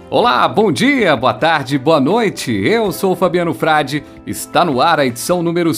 Olá, bom dia, boa tarde, boa noite. Eu sou o Fabiano Frade. Está no ar a edição número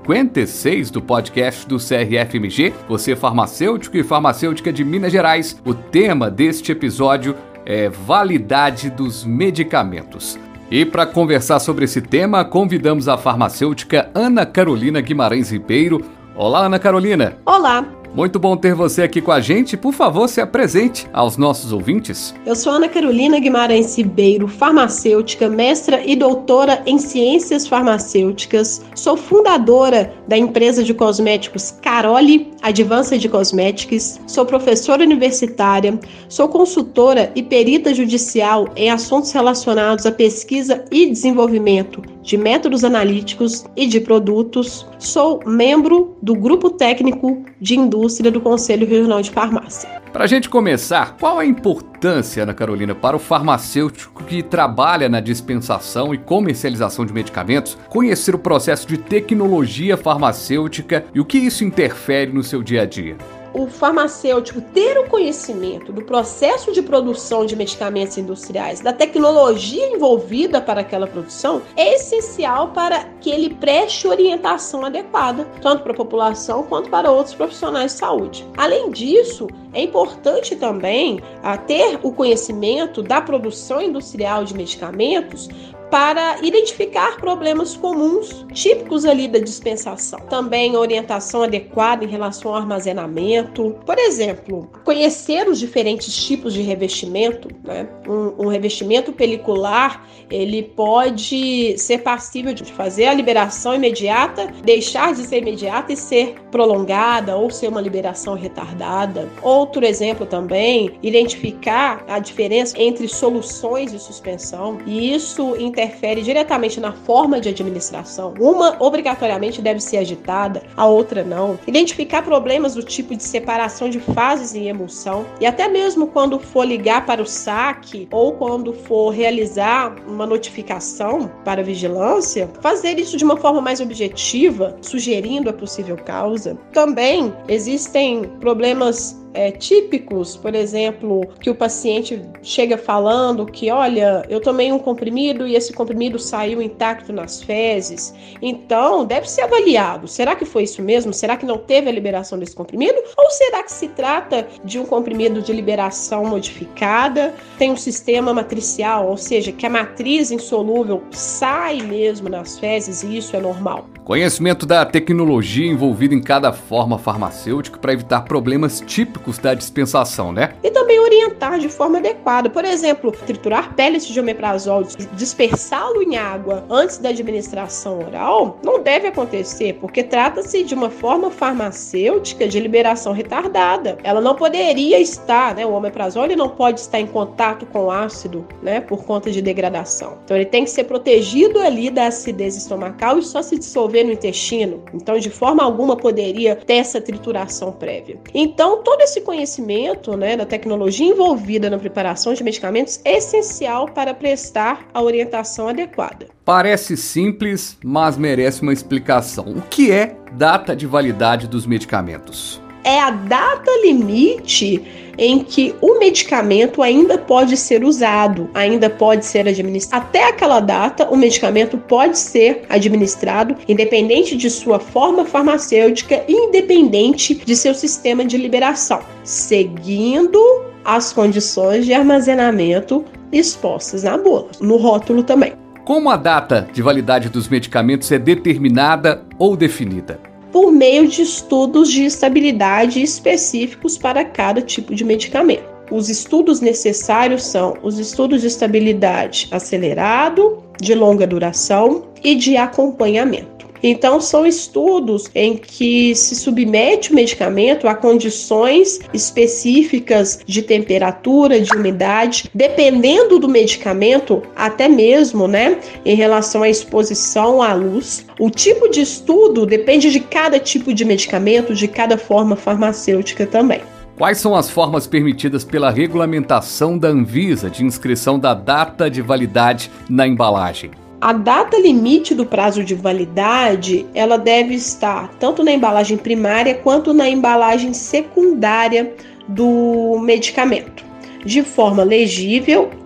56 do podcast do CRFMG, você farmacêutico e farmacêutica de Minas Gerais. O tema deste episódio é validade dos medicamentos. E para conversar sobre esse tema, convidamos a farmacêutica Ana Carolina Guimarães Ribeiro. Olá, Ana Carolina. Olá. Muito bom ter você aqui com a gente. Por favor, se apresente aos nossos ouvintes. Eu sou Ana Carolina Guimarães Ribeiro, farmacêutica, mestra e doutora em ciências farmacêuticas. Sou fundadora da empresa de cosméticos Caroli Advanced Cosmetics. Sou professora universitária. Sou consultora e perita judicial em assuntos relacionados à pesquisa e desenvolvimento de métodos analíticos e de produtos. Sou membro do Grupo Técnico de Indústria do Conselho Regional de Farmácia. Para a gente começar, qual a importância, Ana Carolina, para o farmacêutico que trabalha na dispensação e comercialização de medicamentos conhecer o processo de tecnologia farmacêutica e o que isso interfere no seu dia a dia? O farmacêutico ter o conhecimento do processo de produção de medicamentos industriais, da tecnologia envolvida para aquela produção, é essencial para que ele preste orientação adequada, tanto para a população quanto para outros profissionais de saúde. Além disso, é importante também ter o conhecimento da produção industrial de medicamentos para identificar problemas comuns, típicos ali da dispensação. Também orientação adequada em relação ao armazenamento. Por exemplo, conhecer os diferentes tipos de revestimento, né? Um revestimento pelicular, ele pode ser passível de fazer a liberação imediata, deixar de ser imediata e ser prolongada ou ser uma liberação retardada. Outro exemplo também, identificar a diferença entre soluções de suspensão, e isso interfere diretamente na forma de administração. Uma obrigatoriamente deve ser agitada, a outra não. Identificar problemas do tipo de separação de fases em emulsão e até mesmo quando for ligar para o saque ou quando for realizar uma notificação para vigilância, fazer isso de uma forma mais objetiva, sugerindo a possível causa. Também existem problemas típicos, por exemplo, que o paciente chega falando que, olha, eu tomei um comprimido e esse comprimido saiu intacto nas fezes, então deve ser avaliado. Será que foi isso mesmo? Será que não teve a liberação desse comprimido? Ou será que se trata de um comprimido de liberação modificada? Tem um sistema matricial, ou seja, que a matriz insolúvel sai mesmo nas fezes e isso é normal. Conhecimento da tecnologia envolvida em cada forma farmacêutica para evitar problemas típicos da dispensação, né? E também orientar de forma adequada. Por exemplo, triturar pellets de omeprazol, dispersá-lo em água antes da administração oral, não deve acontecer, porque trata-se de uma forma farmacêutica de liberação retardada. Ela não poderia estar, o omeprazol ele não pode estar em contato com ácido, por conta de degradação. Então ele tem que ser protegido ali da acidez estomacal e só se dissolver no intestino. Então, de forma alguma poderia ter essa trituração prévia. Então, todo esse conhecimento, da tecnologia envolvida na preparação de medicamentos é essencial para prestar a orientação adequada. Parece simples, mas merece uma explicação. O que é data de validade dos medicamentos? É a data limite em que o medicamento ainda pode ser usado, ainda pode ser administrado. Até aquela data, o medicamento pode ser administrado, independente de sua forma farmacêutica e independente de seu sistema de liberação, seguindo as condições de armazenamento expostas na bula, no rótulo também. Como a data de validade dos medicamentos é determinada ou definida? Por meio de estudos de estabilidade específicos para cada tipo de medicamento. Os estudos necessários são os estudos de estabilidade acelerado, de longa duração e de acompanhamento. Então, são estudos em que se submete o medicamento a condições específicas de temperatura, de umidade, dependendo do medicamento, até mesmo, em relação à exposição à luz. O tipo de estudo depende de cada tipo de medicamento, de cada forma farmacêutica também. Quais são as formas permitidas pela regulamentação da Anvisa de inscrição da data de validade na embalagem? A data limite do prazo de validade, ela deve estar tanto na embalagem primária quanto na embalagem secundária do medicamento, de forma legível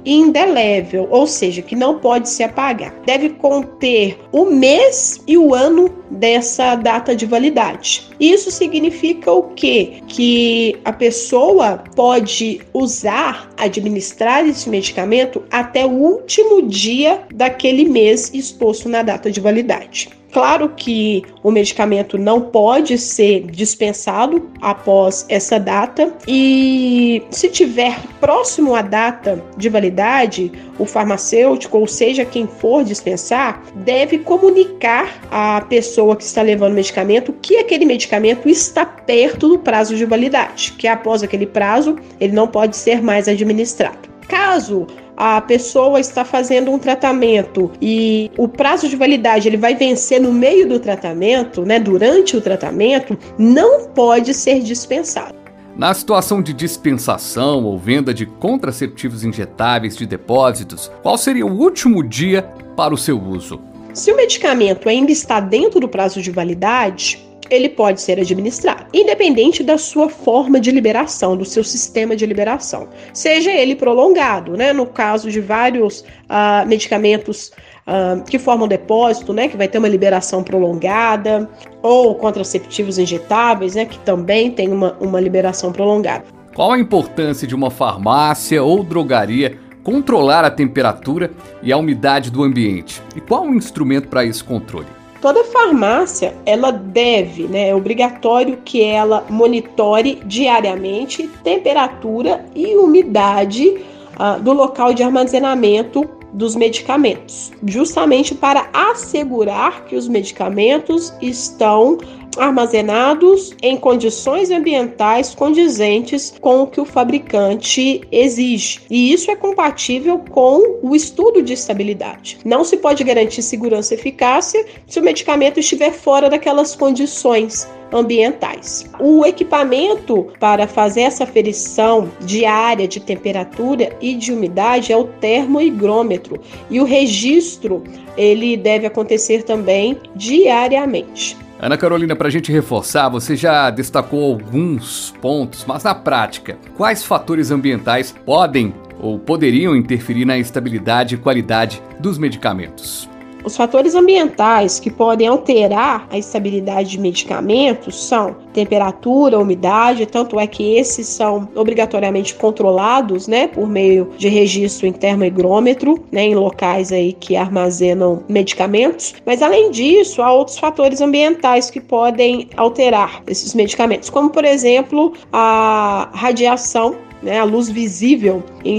indelével, ou seja, que não pode se apagar. Deve conter o mês e o ano dessa data de validade. Isso significa o quê? Que a pessoa pode usar, administrar esse medicamento até o último dia daquele mês exposto na data de validade. Claro que o medicamento não pode ser dispensado após essa data e se tiver próximo à data de validade, o farmacêutico, ou seja, quem for dispensar, deve comunicar à pessoa que está levando o medicamento que aquele medicamento está perto do prazo de validade, que após aquele prazo ele não pode ser mais administrado. Caso a pessoa está fazendo um tratamento e o prazo de validade ele vai vencer no meio do tratamento, né, durante o tratamento, não pode ser dispensado. Na situação de dispensação ou venda de contraceptivos injetáveis de depósitos, qual seria o último dia para o seu uso? Se o medicamento ainda está dentro do prazo de validade, ele pode ser administrado, independente da sua forma de liberação, do seu sistema de liberação. Seja ele prolongado, né? No caso de vários medicamentos que formam depósito, né? Que vai ter uma liberação prolongada, ou contraceptivos injetáveis, né? Que também tem uma liberação prolongada. Qual a importância de uma farmácia ou drogaria controlar a temperatura e a umidade do ambiente? E qual o instrumento para esse controle? Toda farmácia, ela deve, né, é obrigatório que ela monitore diariamente temperatura e umidade do local de armazenamento dos medicamentos, justamente para assegurar que os medicamentos estão armazenados em condições ambientais condizentes com o que o fabricante exige. E isso é compatível com o estudo de estabilidade. Não se pode garantir segurança e eficácia se o medicamento estiver fora daquelas condições ambientais. O equipamento para fazer essa aferição diária de temperatura e de umidade é o termohigrômetro, e o registro ele deve acontecer também diariamente. Ana Carolina, para a gente reforçar, você já destacou alguns pontos, mas na prática, quais fatores ambientais podem ou poderiam interferir na estabilidade e qualidade dos medicamentos? Os fatores ambientais que podem alterar a estabilidade de medicamentos são temperatura, umidade, tanto é que esses são obrigatoriamente controlados, né, por meio de registro em termohigrômetro, né, em locais aí que armazenam medicamentos. Mas além disso, há outros fatores ambientais que podem alterar esses medicamentos, como por exemplo a radiação, né, a luz visível.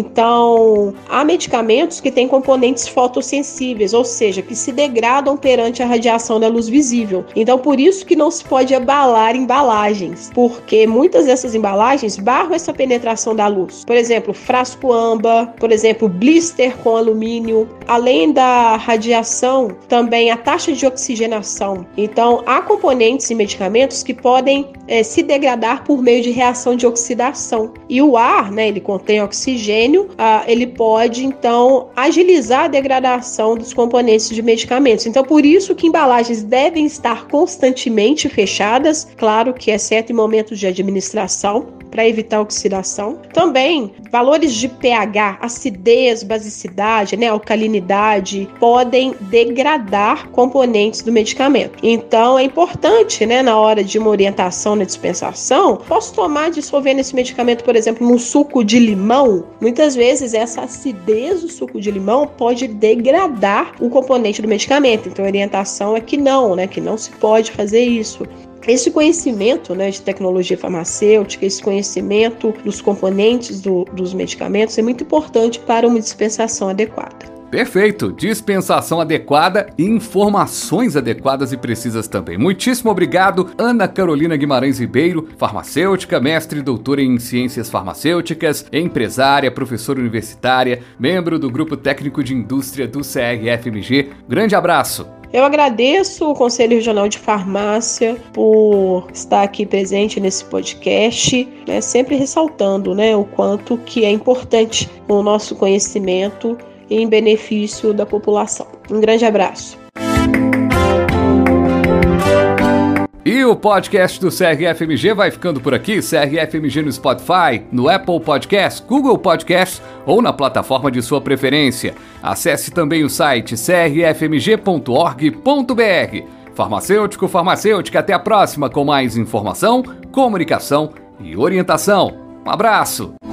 Então, há medicamentos que têm componentes fotossensíveis, ou seja, que se degradam perante a radiação da luz visível. Então, por isso que não se pode abalar embalagens, porque muitas dessas embalagens barram essa penetração da luz. Por exemplo, frasco âmbar, por exemplo, blister com alumínio. Além da radiação, também a taxa de oxigenação. Então, há componentes em medicamentos que podem se degradar por meio de reação de oxidação. E o ar, né, ele contém oxigênio, ele pode, então, agilizar a degradação dos componentes de medicamentos. Então, por isso que embalagens devem estar constantemente fechadas, claro que exceto em momentos de administração, para evitar oxidação. Também, valores de pH, acidez, basicidade, né, alcalinidade, podem degradar componentes do medicamento. Então, é importante, né, na hora de uma orientação na dispensação, posso tomar dissolvendo esse medicamento, por exemplo, num suco de limão? Muitas vezes, essa acidez do suco de limão pode degradar o componente do medicamento. Então, a orientação é que não se pode fazer isso. Esse conhecimento, né, de tecnologia farmacêutica, esse conhecimento dos componentes dos medicamentos é muito importante para uma dispensação adequada. Perfeito! Dispensação adequada e informações adequadas e precisas também. Muitíssimo obrigado, Ana Carolina Guimarães Ribeiro, farmacêutica, mestre e doutora em ciências farmacêuticas, empresária, professora universitária, membro do Grupo Técnico de Indústria do CRFMG. Grande abraço! Eu agradeço o Conselho Regional de Farmácia por estar aqui presente nesse podcast, né, sempre ressaltando, né, o quanto que é importante o nosso conhecimento em benefício da população. Um grande abraço. E o podcast do CRFMG vai ficando por aqui. CRFMG no Spotify, no Apple Podcasts, Google Podcasts ou na plataforma de sua preferência. Acesse também o site crfmg.org.br. Farmacêutico, farmacêutica, até a próxima com mais informação, comunicação e orientação. Um abraço!